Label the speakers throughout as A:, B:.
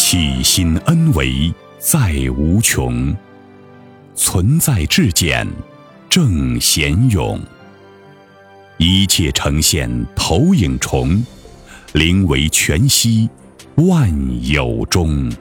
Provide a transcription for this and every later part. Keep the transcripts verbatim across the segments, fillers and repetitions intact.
A: 体心恩为在无穷，存在至简正贤勇。一切呈现投影重，灵为全息万有中。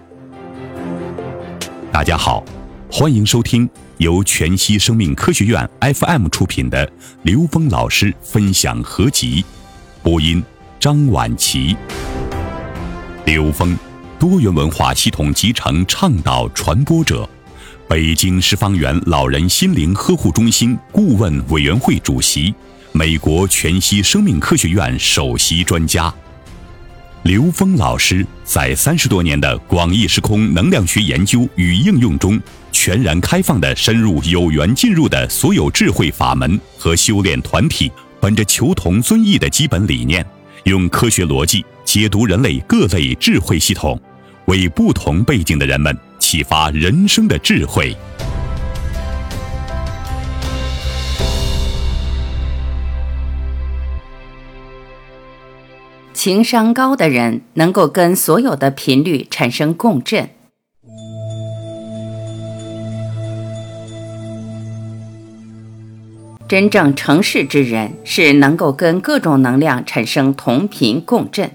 A: 大家好，欢迎收听由全息生命科学院 F M 出品的刘峰老师分享合集，播音张婉琪。刘峰，多元文化系统集成倡导传播者，北京十方园老人心灵呵护中心顾问委员会主席，美国全息生命科学院首席专家。刘峰老师在三十多年的广义时空能量学研究与应用中，全然开放地深入有缘进入的所有智慧法门和修炼团体，本着求同尊异的基本理念，用科学逻辑解读人类各类智慧系统，为不同背景的人们启发人生的智慧。
B: 情商高的人能够跟所有的频率产生共振。真正成事之人是能够跟各种能量产生同频共振。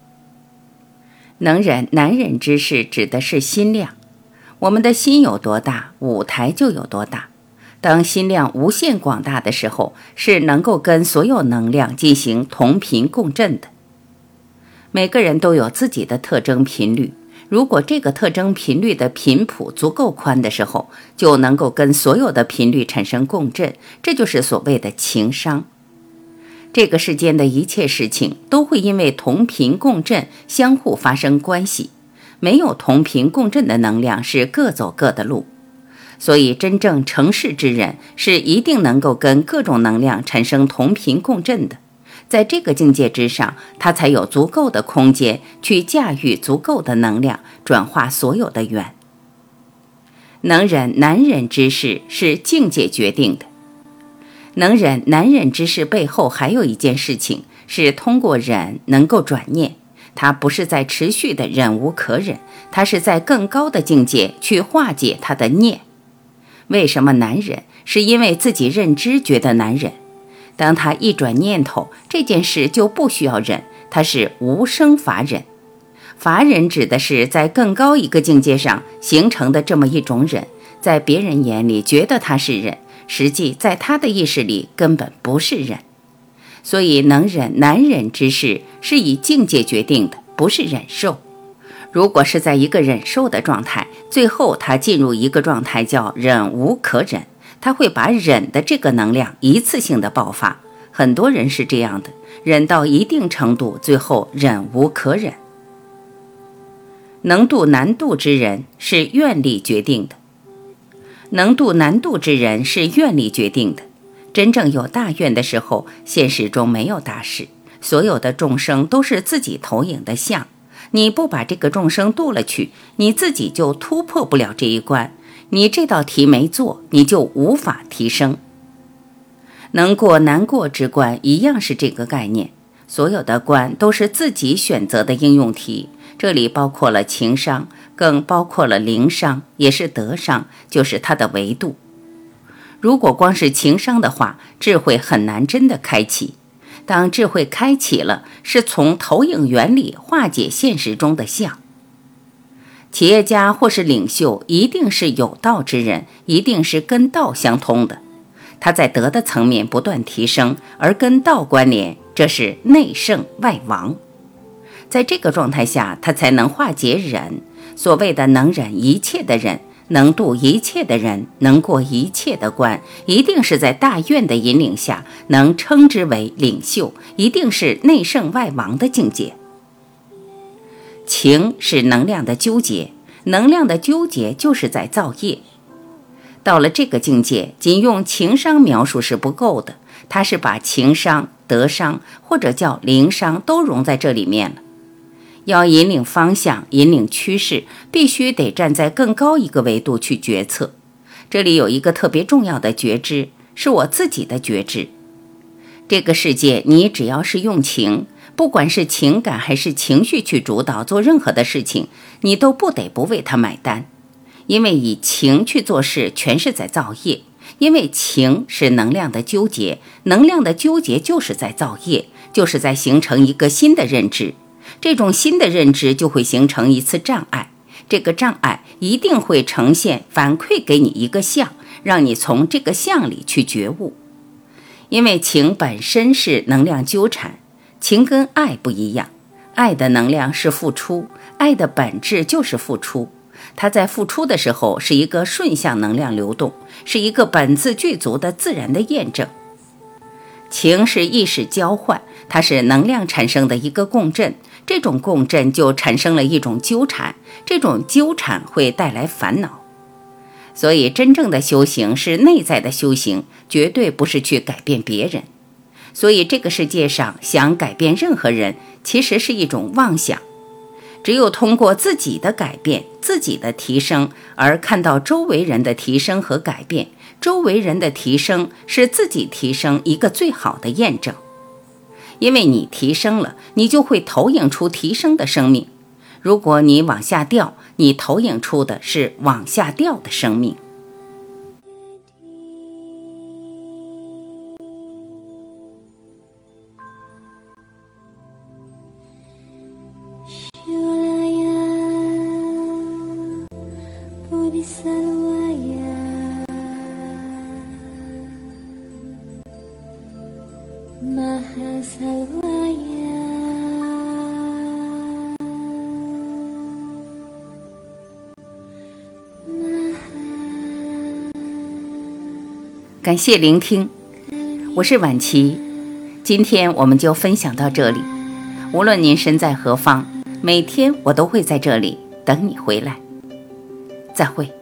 B: 能忍难忍之事指的是心量，我们的心有多大，舞台就有多大。当心量无限广大的时候，是能够跟所有能量进行同频共振的。每个人都有自己的特征频率，如果这个特征频率的频谱足够宽的时候，就能够跟所有的频率产生共振，这就是所谓的情商。这个世间的一切事情都会因为同频共振相互发生关系，没有同频共振的能量是各走各的路。所以真正成事之人是一定能够跟各种能量产生同频共振的，在这个境界之上，他才有足够的空间去驾驭足够的能量，转化所有的缘。能忍难忍之事是境界决定的。能忍难忍之事背后还有一件事情，是通过忍能够转念，它不是在持续的忍无可忍，它是在更高的境界去化解它的念。为什么难忍？是因为自己认知觉得难忍。当他一转念头，这件事就不需要忍，它是无生法忍。法忍指的是在更高一个境界上形成的这么一种忍，在别人眼里觉得它是忍，实际在他的意识里根本不是忍。所以能忍难忍之事是以境界决定的，不是忍受。如果是在一个忍受的状态，最后他进入一个状态叫忍无可忍，他会把忍的这个能量一次性的爆发。很多人是这样的，忍到一定程度，最后忍无可忍。能度难度之人是愿力决定的。能度难度之人是愿力决定的。真正有大愿的时候，现实中没有大事，所有的众生都是自己投影的像，你不把这个众生度了去，你自己就突破不了这一关，你这道题没做，你就无法提升。能过难过之关一样是这个概念，所有的关都是自己选择的应用题，这里包括了情商，更包括了灵商，也是德商，就是它的维度。如果光是情商的话，智慧很难真的开启。当智慧开启了，是从投影原理化解现实中的相。企业家或是领袖一定是有道之人，一定是跟道相通的，他在德的层面不断提升，而跟道关联，这是内圣外王。在这个状态下，他才能化解忍。所谓的能忍一切的人，能度一切的人，能过一切的关，一定是在大愿的引领下，能称之为领袖，一定是内圣外王的境界。情是能量的纠结，能量的纠结就是在造业。到了这个境界，仅用情商描述是不够的，它是把情商、德商或者叫灵商都融在这里面了。要引领方向，引领趋势，必须得站在更高一个维度去决策。这里有一个特别重要的觉知，是我自己的觉知。这个世界，你只要是用情， 不管是情感还是情绪去主导做任何的事情，你都不得不为它买单。因为以情去做事全是在造业，因为情是能量的纠结，能量的纠结就是在造业，就是在形成一个新的认知。这种新的认知就会形成一次障碍，这个障碍一定会呈现反馈给你一个相，让你从这个相里去觉悟。因为情本身是能量纠缠，情跟爱不一样，爱的能量是付出，爱的本质就是付出。它在付出的时候是一个顺向能量流动，是一个本自具足的自然的验证。情是意识交换，它是能量产生的一个共振，这种共振就产生了一种纠缠，这种纠缠会带来烦恼。所以真正的修行是内在的修行，绝对不是去改变别人。所以这个世界上想改变任何人，其实是一种妄想。只有通过自己的改变，自己的提升，而看到周围人的提升和改变，周围人的提升是自己提升一个最好的验证。因为你提升了，你就会投影出提升的生命。如果你往下掉，你投影出的是往下掉的生命。感谢聆听，我是婉琪，今天我们就分享到这里。无论您身在何方，每天我都会在这里等你回来。再会。